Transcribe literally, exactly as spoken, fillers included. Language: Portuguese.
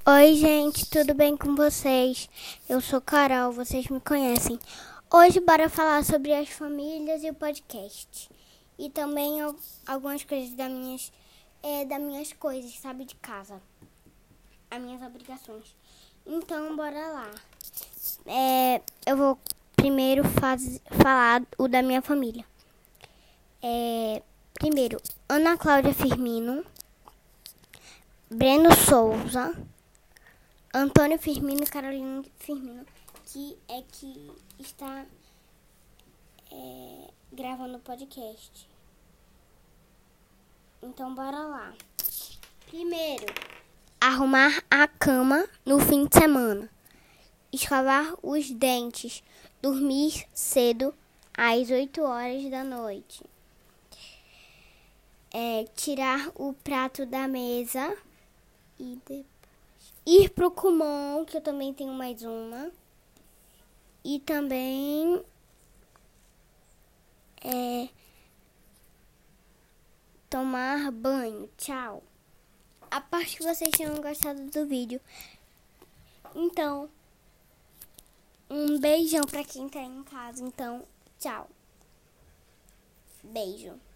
Oi, gente, tudo bem com vocês? Eu sou Carol, vocês me conhecem. Hoje, bora falar sobre as famílias e o podcast. E também algumas coisas das minhas, é, das minhas coisas, sabe, de casa. As minhas obrigações. Então, bora lá. É, eu vou primeiro faz, falar o da minha família. É, primeiro, Ana Cláudia Firmino, Breno Souza, Antônio Firmino e Carolina Firmino, que é que está é, gravando o podcast. Então, bora lá. Primeiro, arrumar a cama no fim de semana. Escovar os dentes. Dormir cedo às oito horas da noite. É, tirar o prato da mesa e depois ir pro Kumon, que eu também tenho mais uma. E também é, tomar banho. Tchau. A parte que vocês tenham gostado do vídeo. Então, um beijão pra quem tá em casa. Então, tchau. Beijo.